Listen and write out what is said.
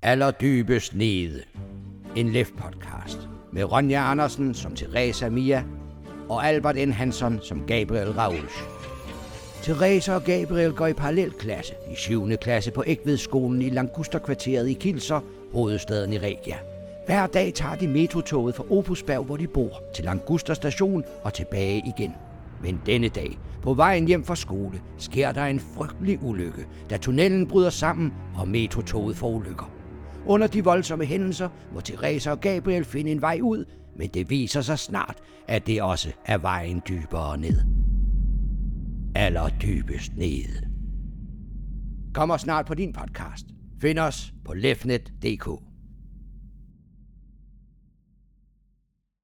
Allerdybest nede. En Lef-podcast med Ronja Andersen som Teresa Mia og Albert N. Hansson som Gabriel Raoulsch. Teresa og Gabriel går i parallelklasse i 7. klasse på Egvedskolen i Langusterkvarteret i Kilser, hovedstaden i Regia. Hver dag tager de metrotoget fra Opusberg, hvor de bor, til Languster station og tilbage igen. Men denne dag, på vejen hjem fra skole, sker der en frygtelig ulykke, da tunnelen bryder sammen og metrotoget forulykker. Under de voldsomme hændelser må Teresa og Gabriel finde en vej ud, men det viser sig snart, at det også er vejen dybere ned. Allerdybest nede. Kommer snart på din podcast. Find os på lefnet.dk.